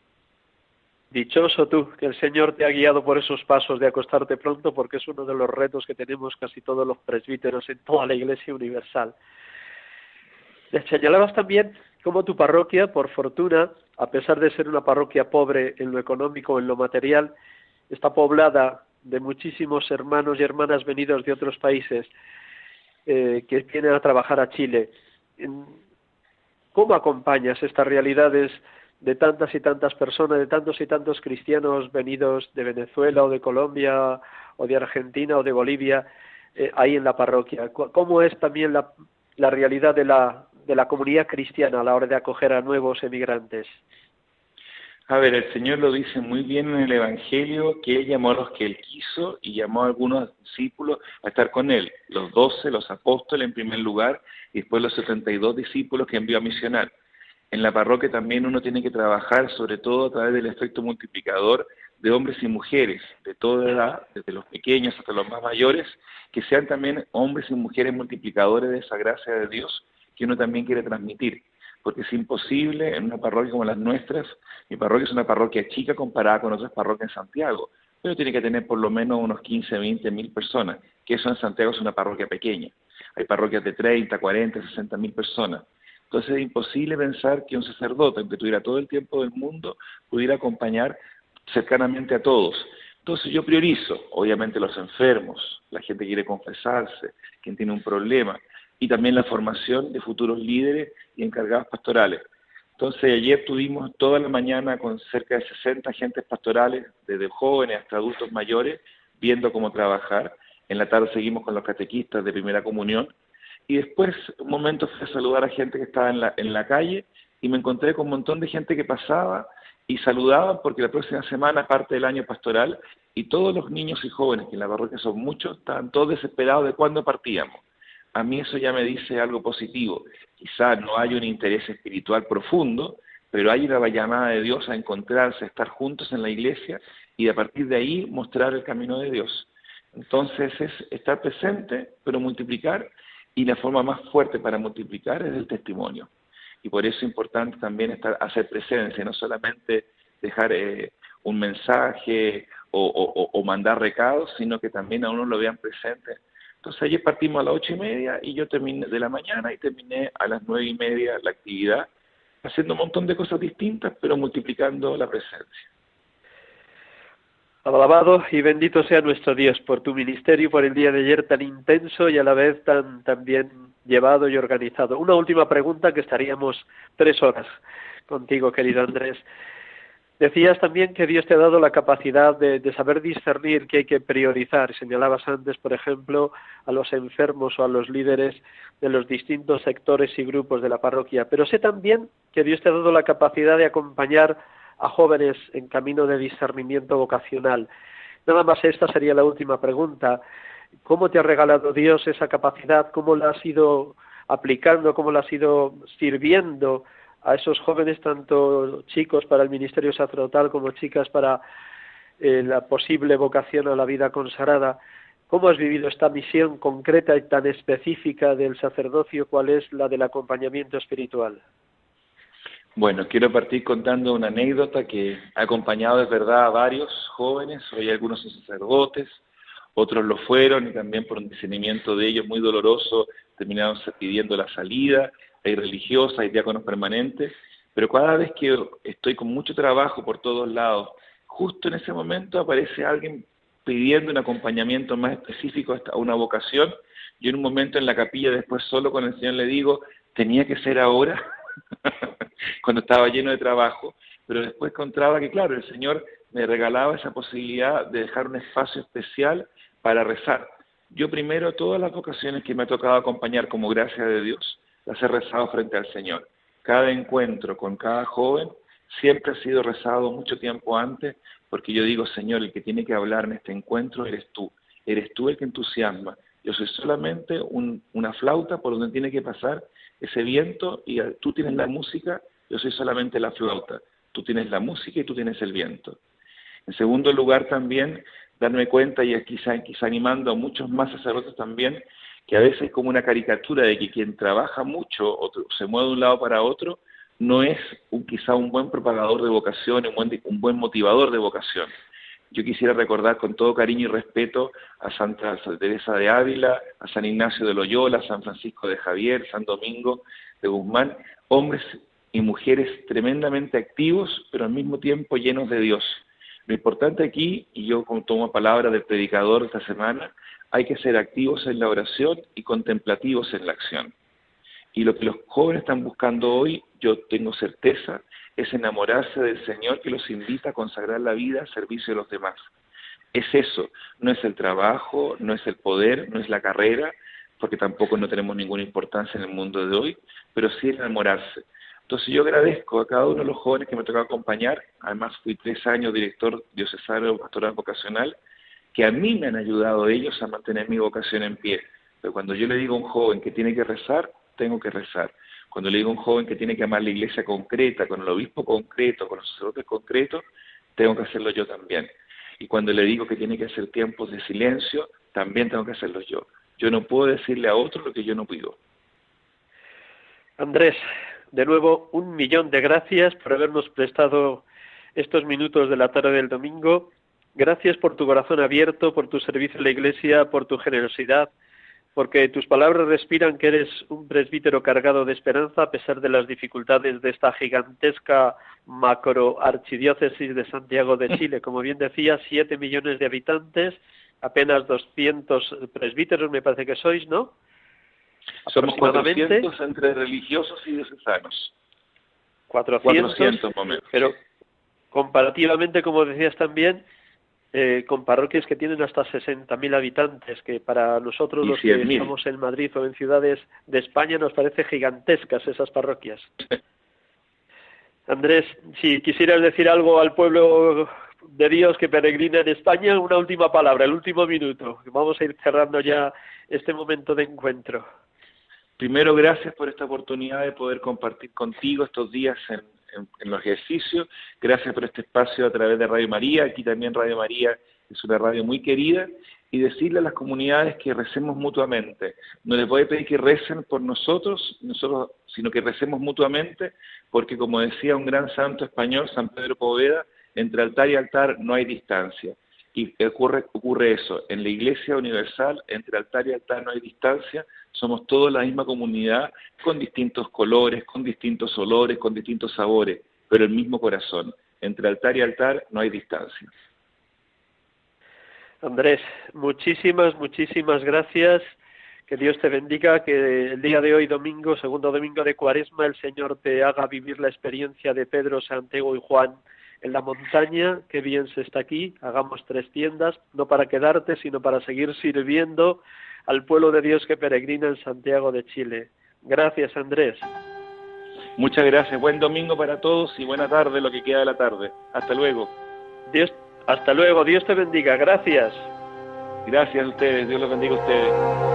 Dichoso tú, que el Señor te ha guiado por esos pasos de acostarte pronto, porque es uno de los retos que tenemos casi todos los presbíteros en toda la Iglesia universal. Señalabas también cómo tu parroquia, por fortuna, a pesar de ser una parroquia pobre en lo económico, en lo material, está poblada de muchísimos hermanos y hermanas venidos de otros países que vienen a trabajar a Chile. ¿Cómo acompañas estas realidades de tantas y tantas personas, de tantos y tantos cristianos venidos de Venezuela o de Colombia o de Argentina o de Bolivia ahí en la parroquia? ¿Cómo es también la realidad de la comunidad cristiana a la hora de acoger a nuevos emigrantes? A ver, el Señor lo dice muy bien en el Evangelio, que Él llamó a los que Él quiso y llamó a algunos discípulos a estar con Él, los 12, los apóstoles en primer lugar, y después los 72 discípulos que envió a misionar. En la parroquia también uno tiene que trabajar, sobre todo a través del efecto multiplicador de hombres y mujeres de toda edad, desde los pequeños hasta los más mayores, que sean también hombres y mujeres multiplicadores de esa gracia de Dios que uno también quiere transmitir, porque es imposible en una parroquia como las nuestras. Mi parroquia es una parroquia chica comparada con otras parroquias en Santiago, pero tiene que tener por lo menos unos 15, 20 mil personas, que eso en Santiago es una parroquia pequeña. Hay parroquias de 30, 40, 60 mil personas. Entonces es imposible pensar que un sacerdote, aunque tuviera todo el tiempo del mundo, pudiera acompañar cercanamente a todos. Entonces yo priorizo, obviamente, los enfermos, la gente que quiere confesarse, quien tiene un problema, y también la formación de futuros líderes y encargados pastorales. Entonces ayer tuvimos toda la mañana con cerca de 60 agentes pastorales, desde jóvenes hasta adultos mayores, viendo cómo trabajar. En la tarde seguimos con los catequistas de primera comunión, y después un momento fui a saludar a gente que estaba en la calle, y me encontré con un montón de gente que pasaba y saludaban, porque la próxima semana parte del año pastoral, y todos los niños y jóvenes, que en la parroquia son muchos, estaban todos desesperados de cuándo partíamos. A mí eso ya me dice algo positivo. Quizás no hay un interés espiritual profundo, pero hay una llamada de Dios a encontrarse, a estar juntos en la iglesia, y a partir de ahí mostrar el camino de Dios. Entonces es estar presente, pero multiplicar, y la forma más fuerte para multiplicar es el testimonio. Y por eso es importante también hacer presencia, no solamente dejar un mensaje o mandar recados, sino que también a uno lo vean presente. Entonces ayer partimos a las 8:30 y yo terminé de la mañana y terminé a las 9:30 la actividad, haciendo un montón de cosas distintas, pero multiplicando la presencia. Alabado y bendito sea nuestro Dios por tu ministerio, por el día de ayer tan intenso y a la vez tan bien llevado y organizado. Una última pregunta, que estaríamos 3 horas contigo, querido Andrés. Decías también que Dios te ha dado la capacidad de saber discernir qué hay que priorizar. Señalabas antes, por ejemplo, a los enfermos o a los líderes de los distintos sectores y grupos de la parroquia. Pero sé también que Dios te ha dado la capacidad de acompañar a jóvenes en camino de discernimiento vocacional. Nada más, esta sería la última pregunta. ¿Cómo te ha regalado Dios esa capacidad? ¿Cómo la has ido aplicando? ¿Cómo la has ido sirviendo a esos jóvenes, tanto chicos para el ministerio sacerdotal como chicas para la posible vocación a la vida consagrada? ¿Cómo has vivido esta misión concreta y tan específica del sacerdocio, cuál es la del acompañamiento espiritual? Bueno, quiero partir contando una anécdota que ha acompañado de verdad a varios jóvenes. Hoy algunos son sacerdotes, otros lo fueron, y también por un discernimiento de ellos muy doloroso terminaron pidiendo la salida. Hay religiosas, hay diáconos permanentes, pero cada vez que estoy con mucho trabajo por todos lados, justo en ese momento aparece alguien pidiendo un acompañamiento más específico a una vocación. Yo en un momento en la capilla, después solo con el Señor, le digo, tenía que ser ahora, cuando estaba lleno de trabajo, pero después encontraba que, claro, el Señor me regalaba esa posibilidad de dejar un espacio especial para rezar. Yo primero, todas las vocaciones que me ha tocado acompañar como gracia de Dios, las he rezado frente al Señor. Cada encuentro con cada joven siempre ha sido rezado mucho tiempo antes, porque yo digo, Señor, el que tiene que hablar en este encuentro eres tú el que entusiasma. Yo soy solamente una flauta por donde tiene que pasar ese viento, y tú tienes la música, yo soy solamente la flauta. Tú tienes la música y tú tienes el viento. En segundo lugar también, darme cuenta, y quizá animando a muchos más sacerdotes también, que a veces es como una caricatura de que quien trabaja mucho o se mueve de un lado para otro no es quizá un buen propagador de vocación, un buen motivador de vocación. Yo quisiera recordar con todo cariño y respeto a Santa Teresa de Ávila, a San Ignacio de Loyola, a San Francisco de Javier, San Domingo de Guzmán, hombres y mujeres tremendamente activos, pero al mismo tiempo llenos de Dios. Lo importante aquí, y yo tomo palabra del predicador esta semana, hay que ser activos en la oración y contemplativos en la acción. Y lo que los jóvenes están buscando hoy, yo tengo certeza, es enamorarse del Señor, que los invita a consagrar la vida al servicio de los demás. Es eso, no es el trabajo, no es el poder, no es la carrera, porque tampoco no tenemos ninguna importancia en el mundo de hoy, pero sí enamorarse. Entonces yo agradezco a cada uno de los jóvenes que me tocó acompañar. Además fui 3 años director diocesano de pastoral vocacional, que a mí me han ayudado ellos a mantener mi vocación en pie. Pero cuando yo le digo a un joven que tiene que rezar, tengo que rezar. Cuando le digo a un joven que tiene que amar la iglesia concreta, con el obispo concreto, con los sacerdotes concretos, tengo que hacerlo yo también. Y cuando le digo que tiene que hacer tiempos de silencio, también tengo que hacerlos yo. Yo no puedo decirle a otro lo que yo no pido. Andrés, de nuevo, 1.000.000 de gracias por habernos prestado estos minutos de la tarde del domingo. Gracias por tu corazón abierto, por tu servicio a la Iglesia, por tu generosidad, porque tus palabras respiran que eres un presbítero cargado de esperanza a pesar de las dificultades de esta gigantesca macroarchidiócesis de Santiago de Chile. Como bien decía, 7 millones de habitantes, apenas 200 presbíteros, me parece que sois, ¿no? Somos 400 entre religiosos y diocesanos. 400 momentos. Pero comparativamente, como decías también, con parroquias que tienen hasta 60.000 habitantes, que para nosotros los que estamos en Madrid o en ciudades de España nos parece gigantescas esas parroquias. Andrés, si quisieras decir algo al pueblo de Dios que peregrina en España, una última palabra, el último minuto. Vamos a ir cerrando ya este momento de encuentro. Primero, gracias por esta oportunidad de poder compartir contigo estos días en los ejercicios. Gracias por este espacio a través de Radio María. Aquí también Radio María es una radio muy querida. Y decirle a las comunidades que recemos mutuamente. No les voy a pedir que recen por nosotros, sino que recemos mutuamente, porque como decía un gran santo español, San Pedro Poveda, entre altar y altar no hay distancia. Y ocurre eso. En la Iglesia Universal, entre altar y altar no hay distancia. Somos todos la misma comunidad, con distintos colores, con distintos olores, con distintos sabores, pero el mismo corazón. Entre altar y altar no hay distancia. Andrés, muchísimas gracias. Que Dios te bendiga, que el día de hoy, domingo, segundo domingo de Cuaresma, el Señor te haga vivir la experiencia de Pedro, Santiago y Juan en la montaña. Qué bien se está aquí. Hagamos 3 tiendas, no para quedarte, sino para seguir sirviendo al pueblo de Dios que peregrina en Santiago de Chile. Gracias, Andrés. Muchas gracias. Buen domingo para todos y buena tarde, lo que queda de la tarde. Hasta luego. Hasta luego. Dios te bendiga. Gracias. Gracias a ustedes. Dios los bendiga a ustedes.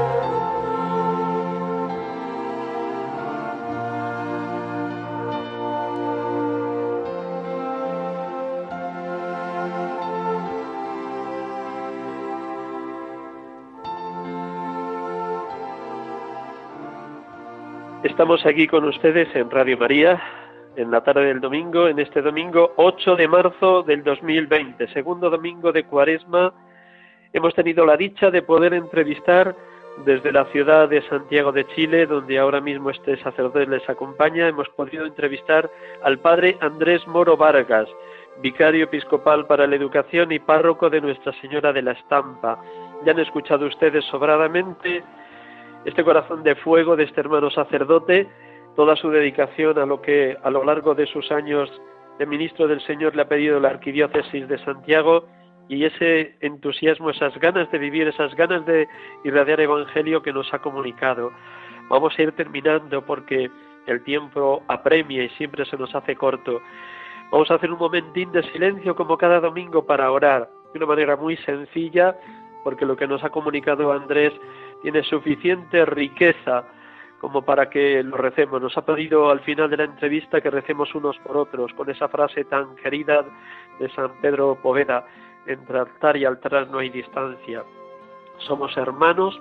Estamos aquí con ustedes en Radio María, en la tarde del domingo, en este domingo 8 de marzo del 2020, segundo domingo de Cuaresma. Hemos tenido la dicha de poder entrevistar desde la ciudad de Santiago de Chile, donde ahora mismo este sacerdote les acompaña. Hemos podido entrevistar al padre Andrés Moro Vargas, vicario episcopal para la educación y párroco de Nuestra Señora de la Estampa. Ya han escuchado ustedes sobradamente este corazón de fuego de este hermano sacerdote, toda su dedicación a lo que a lo largo de sus años de ministro del Señor le ha pedido la Arquidiócesis de Santiago, y ese entusiasmo, esas ganas de vivir, esas ganas de irradiar evangelio que nos ha comunicado. Vamos a ir terminando porque el tiempo apremia y siempre se nos hace corto. Vamos a hacer un momentín de silencio como cada domingo para orar de una manera muy sencilla, porque lo que nos ha comunicado Andrés tiene suficiente riqueza como para que lo recemos. Nos ha pedido al final de la entrevista que recemos unos por otros, con esa frase tan querida de San Pedro Poveda: entre altar y altar no hay distancia. Somos hermanos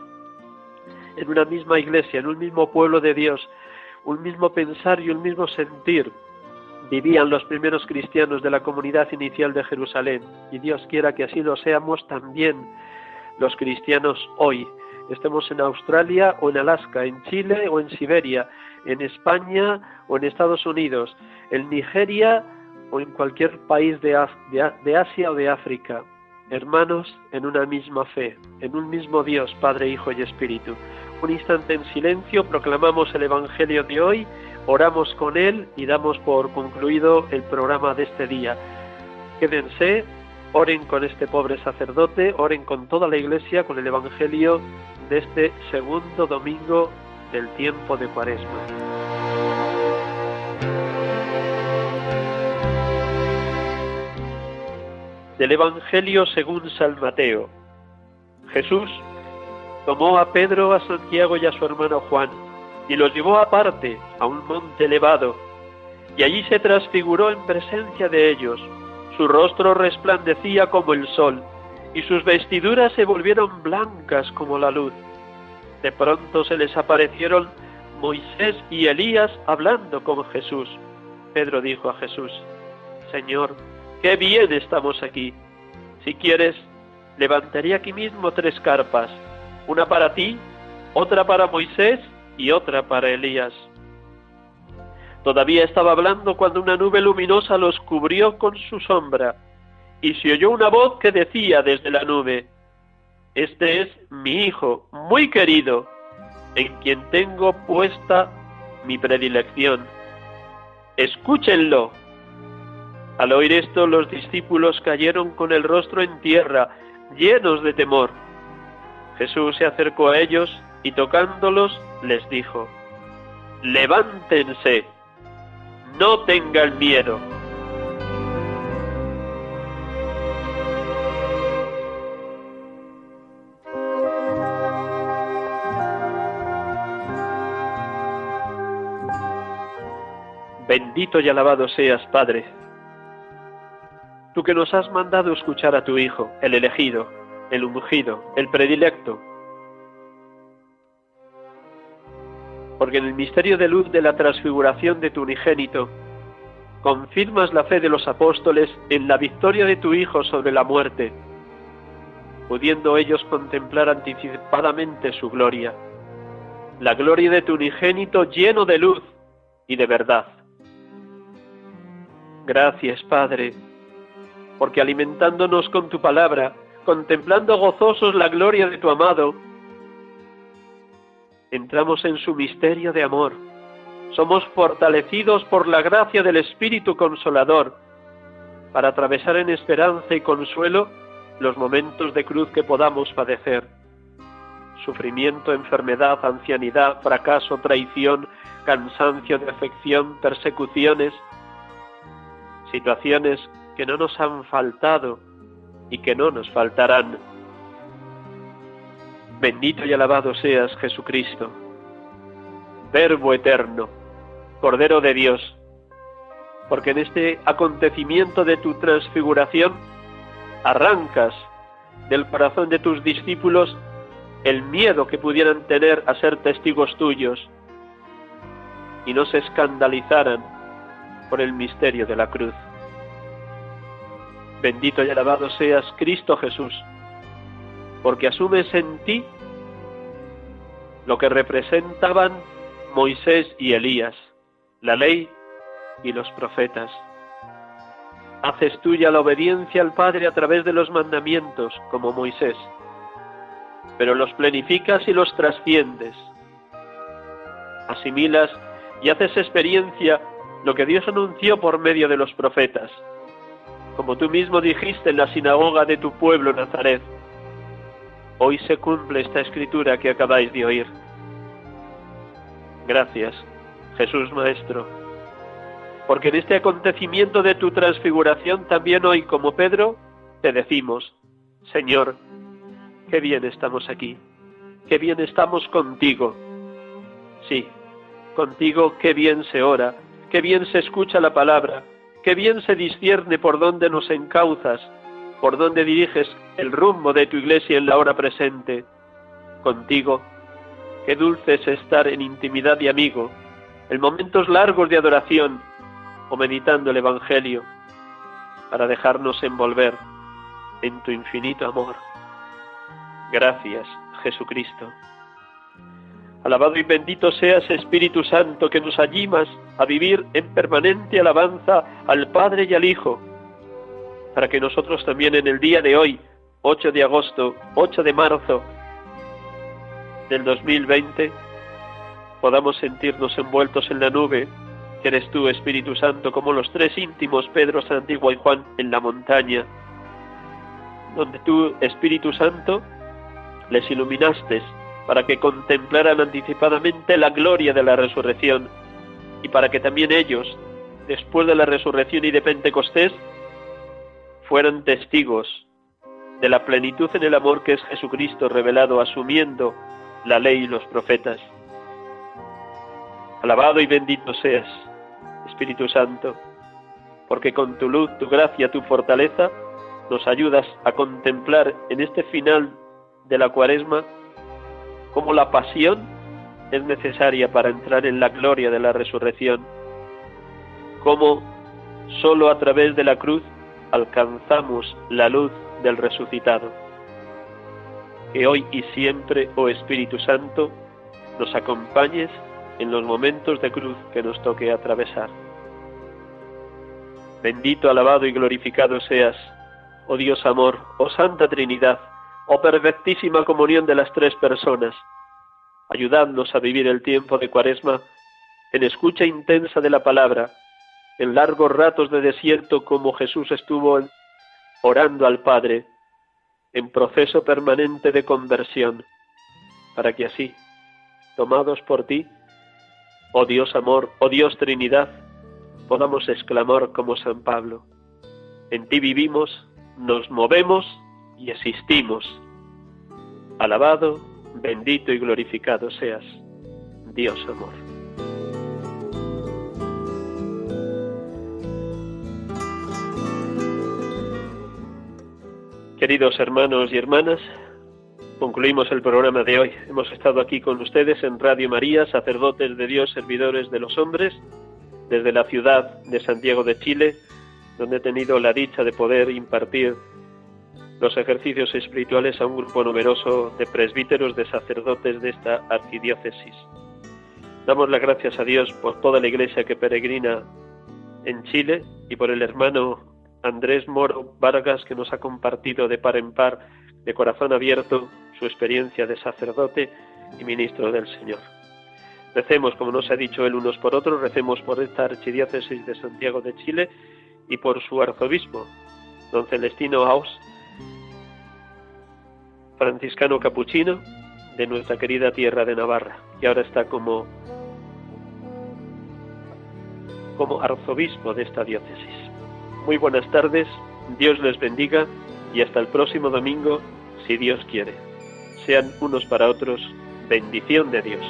en una misma iglesia, en un mismo pueblo de Dios, un mismo pensar y un mismo sentir. Vivían los primeros cristianos de la comunidad inicial de Jerusalén, y Dios quiera que así lo seamos también los cristianos hoy. Estemos en Australia o en Alaska, en Chile o en Siberia, en España o en Estados Unidos, en Nigeria o en cualquier país de Asia o de África. Hermanos en una misma fe, en un mismo Dios, Padre, Hijo y Espíritu. Un instante en silencio, proclamamos el Evangelio de hoy, oramos con él y damos por concluido el programa de este día. Quédense, oren con este pobre sacerdote, oren con toda la Iglesia, con el Evangelio de este segundo domingo del tiempo de Cuaresma. Del Evangelio según San Mateo. Jesús tomó a Pedro, a Santiago y a su hermano Juan, y los llevó aparte a un monte elevado, y allí se transfiguró en presencia de ellos. su rostro resplandecía como el sol, y sus vestiduras se volvieron blancas como la luz. De pronto se les aparecieron Moisés y Elías hablando con Jesús. Pedro dijo a Jesús: Señor, qué bien estamos aquí. Si quieres, levantaré aquí mismo 3 carpas, una para ti, otra para Moisés y otra para Elías. Todavía estaba hablando cuando una nube luminosa los cubrió con su sombra, y se oyó una voz que decía desde la nube: Este es mi Hijo, muy querido, en quien tengo puesta mi predilección. Escúchenlo. Al oír esto, los discípulos cayeron con el rostro en tierra, llenos de temor. Jesús se acercó a ellos y tocándolos les dijo: Levántense, no tengan miedo. Bendito y alabado seas, Padre, tú que nos has mandado escuchar a tu Hijo, el elegido, el ungido, el predilecto. Porque en el misterio de luz de la transfiguración de tu unigénito, confirmas la fe de los apóstoles en la victoria de tu Hijo sobre la muerte, pudiendo ellos contemplar anticipadamente su gloria, la gloria de tu unigénito lleno de luz y de verdad. Gracias, Padre, porque alimentándonos con tu palabra, contemplando gozosos la gloria de tu amado, entramos en su misterio de amor. Somos fortalecidos por la gracia del Espíritu Consolador para atravesar en esperanza y consuelo los momentos de cruz que podamos padecer. Sufrimiento, enfermedad, ancianidad, fracaso, traición, cansancio, defección, persecuciones, situaciones que no nos han faltado y que no nos faltarán. Bendito y alabado seas, Jesucristo, Verbo eterno, Cordero de Dios, porque en este acontecimiento de tu transfiguración arrancas del corazón de tus discípulos el miedo que pudieran tener a ser testigos tuyos y no se escandalizaran por el misterio de la cruz. Bendito y alabado seas, Cristo Jesús, porque asumes en ti lo que representaban Moisés y Elías, la ley y los profetas. Haces tuya la obediencia al Padre a través de los mandamientos, como Moisés, pero los planificas y los trasciendes. Asimilas y haces experiencia lo que Dios anunció por medio de los profetas, como tú mismo dijiste en la sinagoga de tu pueblo Nazaret. Hoy se cumple esta escritura que acabáis de oír. Gracias, Jesús Maestro, porque en este acontecimiento de tu transfiguración también hoy, como Pedro, te decimos: Señor, qué bien estamos aquí, qué bien estamos contigo. Sí, contigo qué bien se ora, qué bien se escucha la palabra, qué bien se discierne por dónde nos encauzas, por dónde diriges el rumbo de tu iglesia en la hora presente. Contigo, qué dulce es estar en intimidad de amigo, en momentos largos de adoración o meditando el Evangelio, para dejarnos envolver en tu infinito amor. Gracias, Jesucristo. Alabado y bendito seas, Espíritu Santo, que nos animas a vivir en permanente alabanza al Padre y al Hijo, para que nosotros también en el día de hoy, 8 de agosto, 8 de marzo del 2020, podamos sentirnos envueltos en la nube, que eres tú, Espíritu Santo, como los 3 íntimos, Pedro, Santiago y Juan, en la montaña, donde tú, Espíritu Santo, les iluminaste para que contemplaran anticipadamente la gloria de la resurrección y para que también ellos, después de la resurrección y de Pentecostés, fueran testigos de la plenitud en el amor que es Jesucristo revelado, asumiendo la ley y los profetas. Alabado y bendito seas, Espíritu Santo, porque con tu luz, tu gracia, tu fortaleza, nos ayudas a contemplar en este final de la Cuaresma cómo la pasión es necesaria para entrar en la gloria de la resurrección, cómo solo a través de la cruz alcanzamos la luz del resucitado. Que hoy y siempre, oh Espíritu Santo, nos acompañes en los momentos de cruz que nos toque atravesar. Bendito, alabado y glorificado seas, oh Dios amor, oh Santa Trinidad, oh perfectísima comunión de las tres personas. Ayudadnos a vivir el tiempo de Cuaresma en escucha intensa de la palabra, en largos ratos de desierto como Jesús estuvo orando al Padre, en proceso permanente de conversión, para que así, tomados por ti, oh Dios amor, oh Dios Trinidad, podamos exclamar como San Pablo: en ti vivimos, nos movemos y existimos. Alabado, bendito y glorificado seas, Dios amor. Queridos hermanos y hermanas, concluimos el programa de hoy. Hemos estado aquí con ustedes en Radio María, sacerdotes de Dios, servidores de los hombres, desde la ciudad de Santiago de Chile, donde he tenido la dicha de poder impartir los ejercicios espirituales a un grupo numeroso de presbíteros, de sacerdotes de esta archidiócesis. Damos las gracias a Dios por toda la iglesia que peregrina en Chile y por el hermano Andrés Moro Vargas, que nos ha compartido de par en par, de corazón abierto, su experiencia de sacerdote y ministro del Señor. Recemos, como nos ha dicho él, unos por otros, recemos por esta archidiócesis de Santiago de Chile y por su arzobispo, don Celestino Aus, franciscano capuchino de nuestra querida tierra de Navarra, que ahora está como arzobispo de esta diócesis. Muy buenas tardes, Dios les bendiga y hasta el próximo domingo, si Dios quiere. Sean unos para otros bendición de Dios.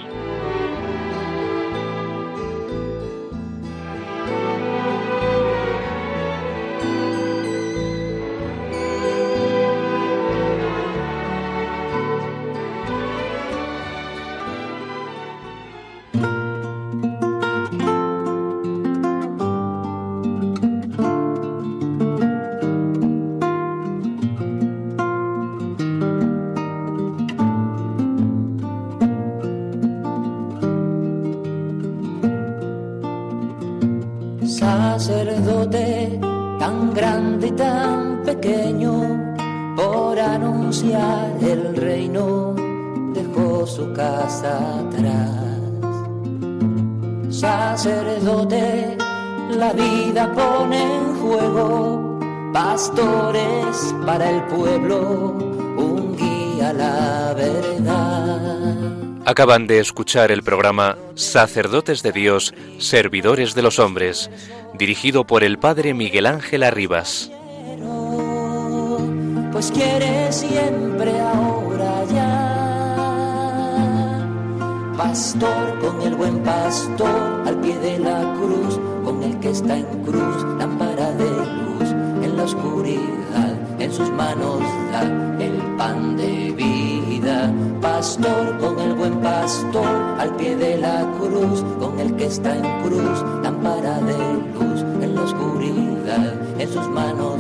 Sacerdote tan grande y tan pequeño, por anunciar el reino dejó su casa atrás. Sacerdote, la vida pone en juego, pastores para el pueblo, un guía a la verdad. Acaban de escuchar el programa Sacerdotes de Dios, Servidores de los Hombres, dirigido por el Padre Miguel Ángel Arribas. Pues quiere siempre ahora ya, pastor con el buen pastor, al pie de la cruz, con el que está en cruz, lámpara de luz, en la oscuridad, en sus manos da el pan de vida. Pastor con el buen pastor, al pie de la cruz, con el que está en cruz, lámpara de luz, en la oscuridad, en sus manos